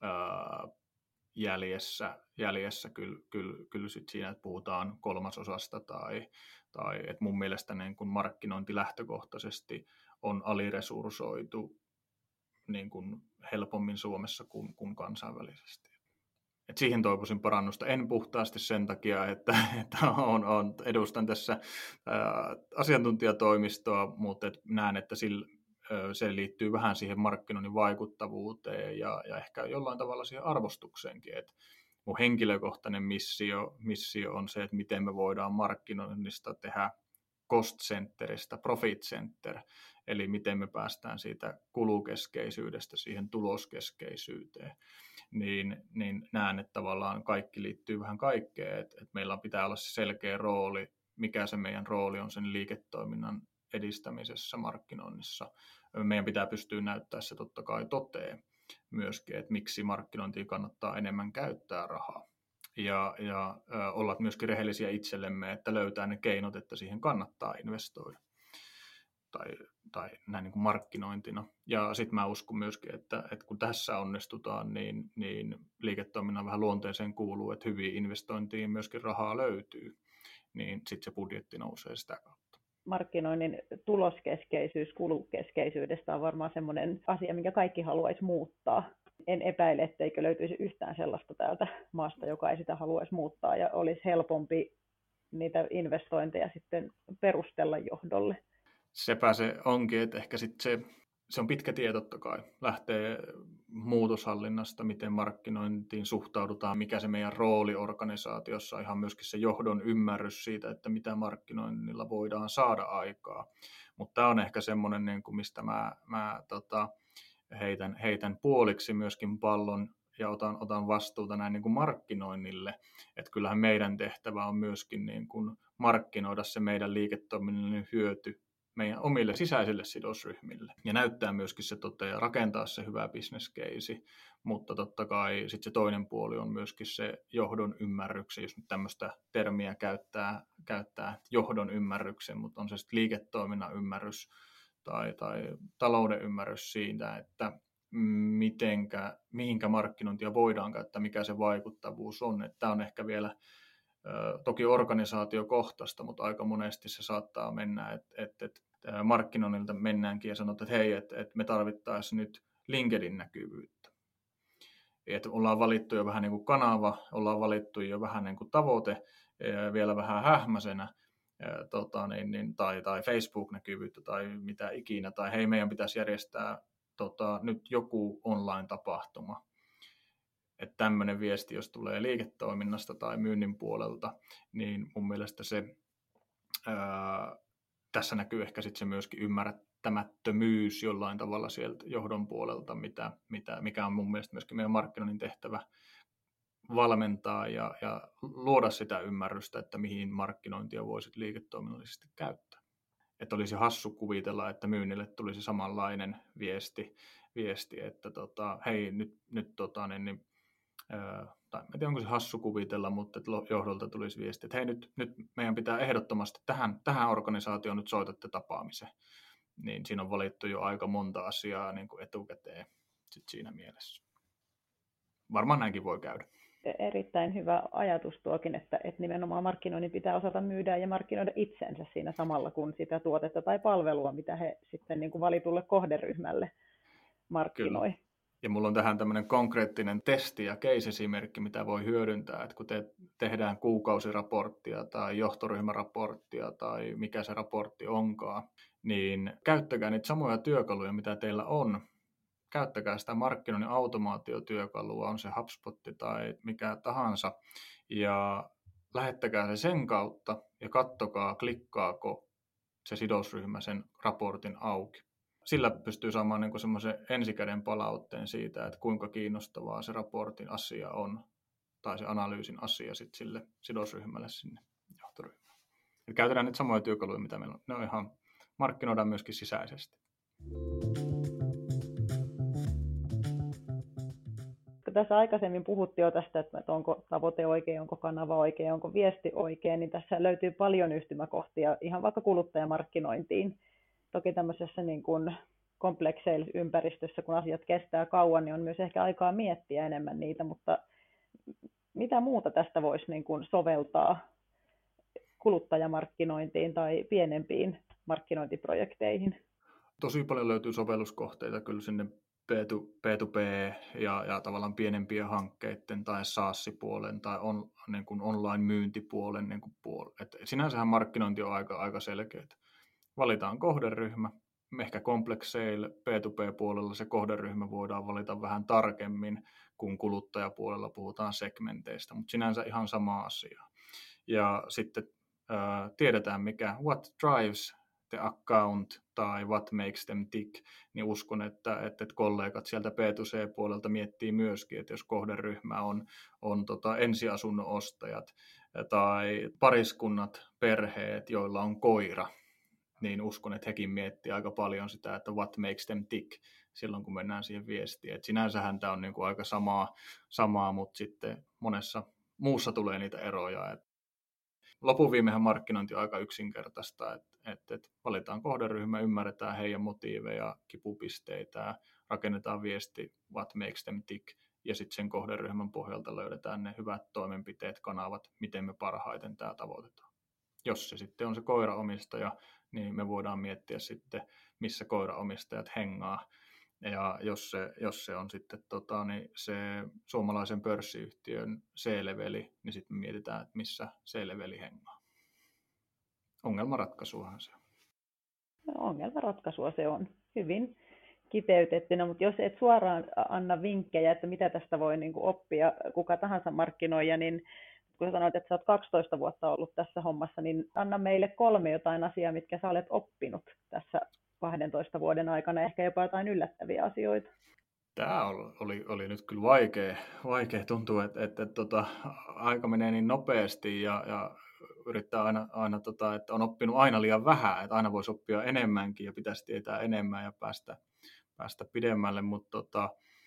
jäljessä kyllä sit siinä, että puhutaan 1/3 tai että mun mielestä niin kun markkinointi lähtökohtaisesti on aliresursoitu niin kuin helpommin Suomessa kuin kansainvälisesti. Et siihen toivoisin parannusta. En puhtaasti sen takia, että edustan tässä asiantuntijatoimistoa, mutta näen, että se liittyy vähän siihen markkinoinnin vaikuttavuuteen ja ehkä jollain tavalla siihen arvostukseenkin. Et mun henkilökohtainen missio on se, että miten me voidaan markkinoinnista tehdä cost centeristä profit center, eli miten me päästään siitä kulukeskeisyydestä siihen tuloskeskeisyyteen, niin näen, että tavallaan kaikki liittyy vähän kaikkeen, että meillä pitää olla se selkeä rooli, mikä se meidän rooli on sen liiketoiminnan edistämisessä markkinoinnissa. Meidän pitää pystyä näyttämään se totta kai toteen myöskin, että miksi markkinointiin kannattaa enemmän käyttää rahaa. Ja olla myöskin rehellisiä itsellemme, että löytää ne keinot, että siihen kannattaa investoida tai näin niin kuin markkinointina. Ja sitten mä uskon myöskin, että kun tässä onnistutaan, niin liiketoiminnan vähän luonteeseen kuuluu, että hyviin investointiin myöskin rahaa löytyy, niin sitten se budjetti nousee sitä kautta.
Markkinoinnin tuloskeskeisyys kulukeskeisyydestä on varmaan semmoinen asia, minkä kaikki haluaisi muuttaa. En epäile, etteikö löytyisi yhtään sellaista täältä maasta, joka ei sitä haluaisi muuttaa ja olisi helpompi niitä investointeja sitten perustella johdolle.
Sepä se onkin, että ehkä sitten se on pitkä tie totta kai. Lähtee muutoshallinnasta, miten markkinointiin suhtaudutaan, mikä se meidän rooli organisaatiossa, ihan myöskin se johdon ymmärrys siitä, että mitä markkinoinnilla voidaan saada aikaa. Mutta tämä on ehkä semmoinen, niin kuin mistä mä heitän puoliksi myöskin pallon ja otan vastuuta näin niin kuin markkinoinnille. Että kyllähän meidän tehtävä on myöskin niin kuin markkinoida se meidän liiketoiminnallinen hyöty meidän omille sisäisille sidosryhmille ja näyttää myöskin se ja rakentaa se hyvä business case, mutta totta kai sitten se toinen puoli on myöskin se johdon ymmärryksen, jos nyt tämmöistä termiä käyttää johdon ymmärryksen, mutta on se sitten liiketoiminnan ymmärrys tai talouden ymmärrys siitä, että mihinkä markkinointia voidaan käyttää, mikä se vaikuttavuus on. Tämä on ehkä vielä toki organisaatiokohtaista, mutta aika monesti se saattaa mennä, että markkinoinnilta mennäänkin ja sanotaan, että hei, että me tarvittaisiin nyt LinkedIn-näkyvyyttä. Että ollaan valittu jo vähän niin kuin kanava, ollaan valittu jo vähän niin kuin tavoite, vielä vähän hähmäisenä, tai Facebook-näkyvyyttä tai mitä ikinä, tai hei, meidän pitäisi järjestää nyt joku online-tapahtuma. Että tämmöinen viesti, jos tulee liiketoiminnasta tai myynnin puolelta, niin mun mielestä se tässä näkyy ehkä sitten se myöskin ymmärtämättömyys jollain tavalla sieltä johdon puolelta, mikä on mun mielestä myöskin meidän markkinoinnin tehtävä valmentaa ja luoda sitä ymmärrystä, että mihin markkinointia voisit liiketoiminnallisesti käyttää. Että olisi hassu kuvitella, että myynnille tulisi samanlainen viesti että hei, nyt tai en tiedä, onko se hassu kuvitella, mutta että johdolta tulisi viesti, että hei, nyt meidän pitää ehdottomasti tähän organisaatioon nyt soitatte tapaamisen. Niin siinä on valittu jo aika monta asiaa niin kuin etukäteen sit siinä mielessä. Varmaan näinkin voi käydä.
Erittäin hyvä ajatus tuokin, että nimenomaan markkinoinnin pitää osata myydä ja markkinoida itsensä siinä samalla kuin sitä tuotetta tai palvelua, mitä he sitten niin kuin valitulle kohderyhmälle markkinoi.
Kyllä. Ja mulla on tähän tämmöinen konkreettinen testi ja case-esimerkki, mitä voi hyödyntää, että kun tehdään kuukausiraporttia tai johtoryhmäraporttia tai mikä se raportti onkaan, niin käyttäkää niitä samoja työkaluja, mitä teillä on. Käyttäkää sitä markkinoinnin automaatiotyökalua, on se HubSpot tai mikä tahansa, ja lähettäkää se sen kautta ja kattokaa, klikkaako se sidosryhmä sen raportin auki. Sillä pystyy saamaan niin semmoisen ensikäden palautteen siitä, että kuinka kiinnostavaa se raportin asia on, tai se analyysin asia sitten sille sidosryhmälle sinne johtoryhmään. Eli käytetään nyt samoja työkaluja, mitä meillä on. Ne on ihan, markkinoidaan myöskin sisäisesti.
Tässä aikaisemmin puhuttiin jo tästä, että onko tavoite oikein, onko kanava oikein, onko viesti oikein, niin tässä löytyy paljon yhtymäkohtia ihan vaikka kuluttajamarkkinointiin. Toki tämmöisessä niin kuin complex sales-ympäristössä, kun asiat kestää kauan, niin on myös ehkä aikaa miettiä enemmän niitä, mutta mitä muuta tästä voisi niin kuin soveltaa kuluttajamarkkinointiin tai pienempiin markkinointiprojekteihin?
Tosi paljon löytyy sovelluskohteita kyllä sinne P2P ja tavallaan pienempien hankkeiden tai SaaS-puolen tai niin kuin online-myyntipuolen niin kuin että sinänsähän markkinointi on aika selkeää. Valitaan kohderyhmä, ehkä complex sale P2P-puolella se kohderyhmä voidaan valita vähän tarkemmin, kun kuluttajapuolella puhutaan segmenteistä, mutta sinänsä ihan sama asia. Ja sitten tiedetään what drives the account tai what makes them tick, niin uskon, että kollegat sieltä B2C-puolelta miettii myöskin, että jos kohderyhmä on ensiasunnon ostajat tai pariskunnat, perheet, joilla on koira, niin uskon, että hekin miettii aika paljon sitä, että what makes them tick silloin, kun mennään siihen viestiin. Et sinänsähän tämä on niin kuin aika samaa, mutta sitten monessa muussa tulee niitä eroja. Lopun viimehän markkinointi on aika yksinkertaista, että valitaan kohderyhmä, ymmärretään heidän motiiveja, kipupisteitä, rakennetaan viesti what makes them tick, ja sitten sen kohderyhmän pohjalta löydetään ne hyvät toimenpiteet, kanavat, miten me parhaiten tämä tavoitetaan. Jos se sitten on se koiraomistaja, niin me voidaan miettiä sitten, missä koiraomistajat hengaa. Ja jos se on sitten niin se suomalaisen pörssiyhtiön C-leveli, niin sitten me mietitään, että missä C-leveli hengaa. Ongelmanratkaisuahan se on.
No, ongelmanratkaisua se on hyvin kiteytettynä, mutta jos et suoraan anna vinkkejä, että mitä tästä voi niin kuin oppia kuka tahansa markkinoija, niin kun sä sanoit, että sä oot 12 vuotta ollut tässä hommassa, niin anna meille 3 jotain asiaa, mitkä sä olet oppinut tässä 12 vuoden aikana, ehkä jopa jotain yllättäviä asioita.
Tämä oli nyt kyllä vaikea. Tuntuu, että aika menee niin nopeasti ja yrittää aina että on oppinut aina liian vähän, että aina voisi oppia enemmänkin ja pitäisi tietää enemmän ja päästä pidemmälle, mutta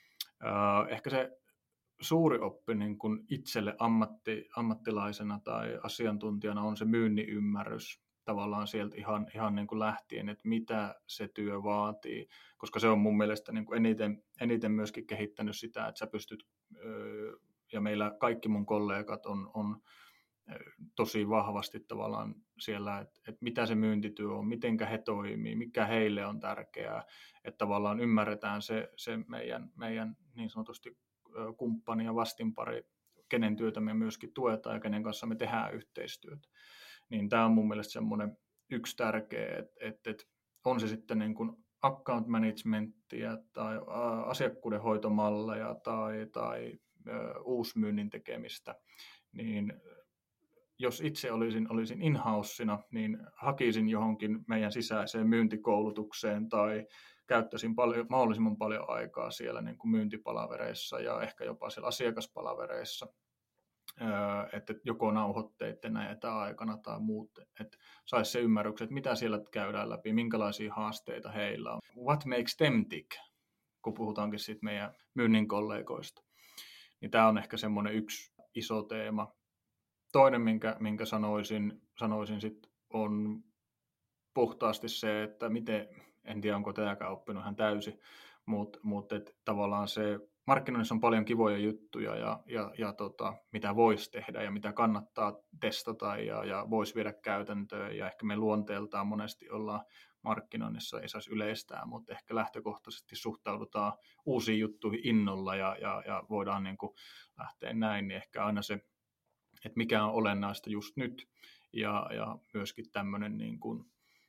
ehkä se suuri oppi niin kuin itselle ammattilaisena tai asiantuntijana on se myynnin ymmärrys tavallaan sieltä ihan niin kuin lähtien, että mitä se työ vaatii, koska se on mun mielestä niin kuin eniten myöskin kehittänyt sitä, että sä pystyt, ja meillä kaikki mun kollegat on tosi vahvasti tavallaan siellä, että mitä se myyntityö on, mitenkä he toimii, mikä heille on tärkeää, että tavallaan ymmärretään se meidän niin sanotusti kumppani ja vastinpari, kenen työtä me myöskin tuetaan ja kenen kanssa me tehdään yhteistyötä. Niin tämä on mun mielestä semmoinen yksi tärkeä, että on se sitten niin kuin account managementtia tai asiakkuuden hoitomalleja tai uusmyynnin tekemistä, niin jos itse olisin in-housena, niin hakisin johonkin meidän sisäiseen myyntikoulutukseen tai käyttäisin mahdollisimman paljon aikaa siellä niin kuin myyntipalavereissa ja ehkä jopa siellä asiakaspalavereissa, että joko nauhoitteiden etäaikana tai muut, että saisi se ymmärryksen, että mitä siellä käydään läpi, minkälaisia haasteita heillä on. What makes them tick, kun puhutaankin siitä meidän myynnin kollegoista. Niin tämä on ehkä semmoinen yksi iso teema. Toinen, minkä sanoisin sit on puhtaasti se, että miten, en tiedä onko tämäkään oppinut ihan täysin, mutta tavallaan se markkinoinnissa on paljon kivoja juttuja ja mitä voisi tehdä ja mitä kannattaa testata ja voisi viedä käytäntöön ja ehkä me luonteeltaan monesti ollaan markkinoinnissa, ei saisi yleistää, mutta ehkä lähtökohtaisesti suhtaudutaan uusiin juttuihin innolla ja voidaan niin kuin lähteä näin, niin ehkä aina se, että mikä on olennaista just nyt ja myöskin tämmöinen niin kuin,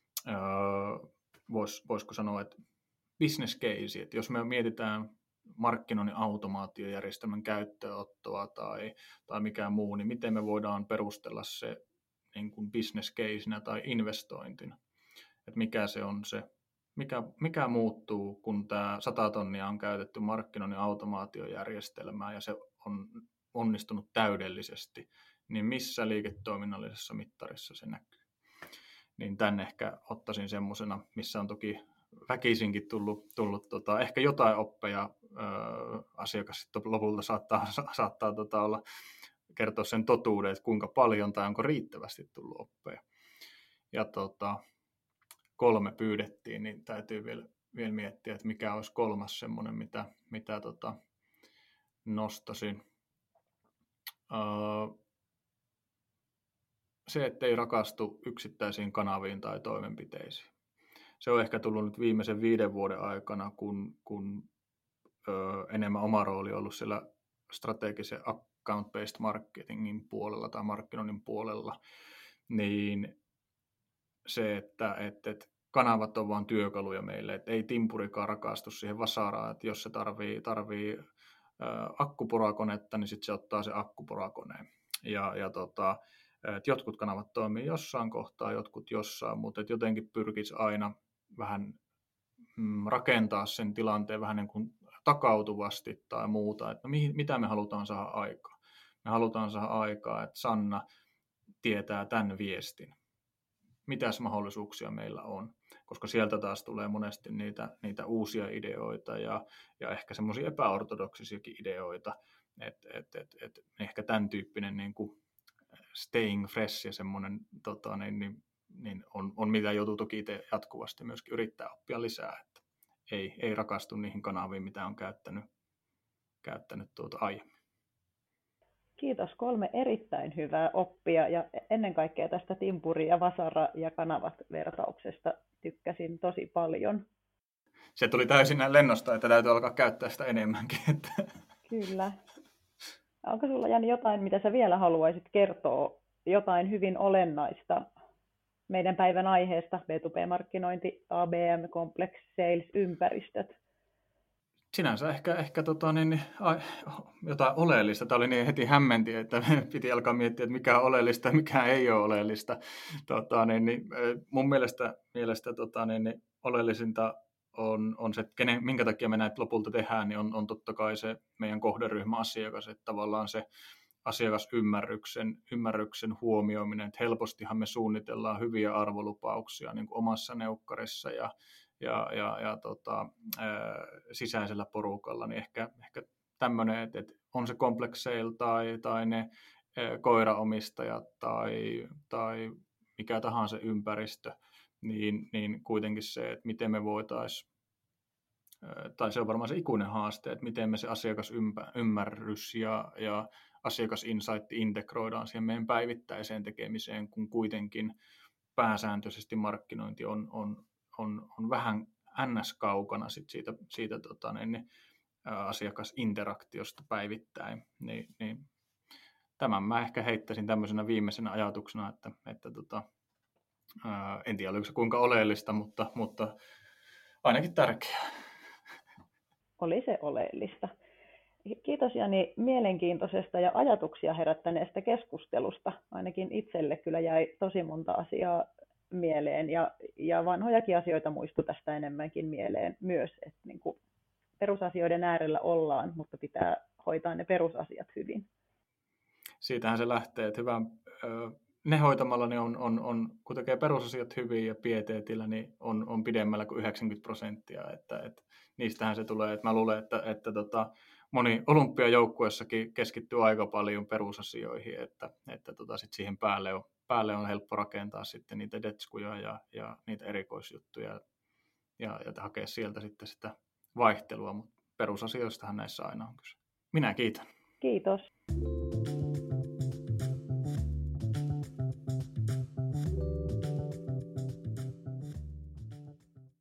voisiko sanoa, että business case, että jos me mietitään markkinoinnin automaatiojärjestelmän käyttöönottoa tai mikään muu, niin miten me voidaan perustella se niin kuin business casenä tai investointina, että mikä se on se, mikä muuttuu, kun tämä 100 tonnia on käytetty markkinoinnin automaatiojärjestelmään ja se on onnistunut täydellisesti, niin missä liiketoiminnallisessa mittarissa se näkyy. Niin tämän ehkä ottaisin semmoisena, missä on toki väkisinkin tullut ehkä jotain oppeja, asiakas sitten lopulta saattaa olla kertoa sen totuuden, että kuinka paljon tai onko riittävästi tullut oppeja. Ja 3 pyydettiin, niin täytyy vielä miettiä, että mikä olisi 3 semmoinen, mitä nostasin. Se, ettei rakastu yksittäisiin kanaviin tai toimenpiteisiin. Se on ehkä tullut nyt viimeisen 5 vuoden aikana, kun enemmän oma rooli on ollut siellä strategisen account-based marketingin puolella tai markkinoinnin puolella, niin se, että kanavat on vain työkaluja meille, että ei timpurikaan rakastu siihen vasaraan, että jos se tarvii akkupurakonetta, niin sitten se ottaa se akkupurakoneen. Että jotkut kanavat toimii jossain kohtaa, jotkut jossain, mutta jotenkin pyrkisi aina vähän rakentaa sen tilanteen vähän niin kuin takautuvasti tai muuta, että mitä me halutaan saada aikaa. Me halutaan saada aikaa, että Sanna tietää tämän viestin. Mitäs mahdollisuuksia meillä on, koska sieltä taas tulee monesti niitä uusia ideoita ja ehkä semmoisia epäortodoksisiakin ideoita, että ehkä tämän tyyppinen niin kuin staying fresh ja semmoinen niin on mitä joutuu toki itse jatkuvasti myöskin yrittää oppia lisää, että ei rakastu niihin kanaviin, mitä on käyttänyt aiemmin.
Kiitos, 3 erittäin hyvää oppia ja ennen kaikkea tästä timpuri ja vasara ja kanavat vertauksesta tykkäsin tosi paljon.
Se tuli täysin näin lennosta, että täytyy alkaa käyttää sitä enemmänkin.
Kyllä. Onko sulla, Jani, jotain, mitä sä vielä haluaisit kertoa, jotain hyvin olennaista meidän päivän aiheesta, B2B-markkinointi, ABM, Complex Sales, ympäristöt?
Sinänsä ehkä jotain oleellista. Tämä oli niin heti hämmenti, että piti alkaa miettiä, että mikä on oleellista ja mikä ei ole oleellista. Mun mielestä oleellisinta on se, että minkä takia me näitä lopulta tehdään, niin on totta kai se meidän kohderyhmä asiakas, että tavallaan se asiakasymmärryksen huomioiminen, että helpostihan me suunnitellaan hyviä arvolupauksia niin kuin omassa neukkarissa ja sisäisellä porukalla, niin ehkä tämmöinen, että on se Complex Sale tai ne koiraomistajat tai mikä tahansa ympäristö, niin kuitenkin se, että miten me voitaisiin, tai se on varmaan se ikuinen haaste, että miten me se asiakasymmärrys ja asiakasinsight integroidaan siihen meidän päivittäiseen tekemiseen, kun kuitenkin pääsääntöisesti markkinointi on vähän kaukana siitä asiakasinteraktiosta päivittäin. Niin tämän mä ehkä heittäisin tämmöisenä viimeisenä ajatuksena, että en tiedä oliko se kuinka oleellista, mutta ainakin tärkeää.
Oli se oleellista. Kiitos Jani mielenkiintoisesta ja ajatuksia herättäneestä keskustelusta. Ainakin itselle kyllä jäi tosi monta asiaa mieleen ja vanhojakin asioita muistui tästä enemmänkin mieleen myös, että niin kuin perusasioiden äärellä ollaan, mutta pitää hoitaa ne perusasiat hyvin.
Siitähän se lähtee, että ne hoitamalla ne on, kun tekee perusasiat hyvin ja pieteetillä, niin on pidemmällä kuin 90%. Että niistähän se tulee. Että mä luulen, että moni olympiajoukkuessakin keskittyy aika paljon perusasioihin, että sit siihen päälle on helppo rakentaa sitten niitä detskuja ja niitä erikoisjuttuja ja hakea sieltä sitten sitä vaihtelua, mutta perusasioistahan näissä aina on kyse. Minä kiitän.
Kiitos.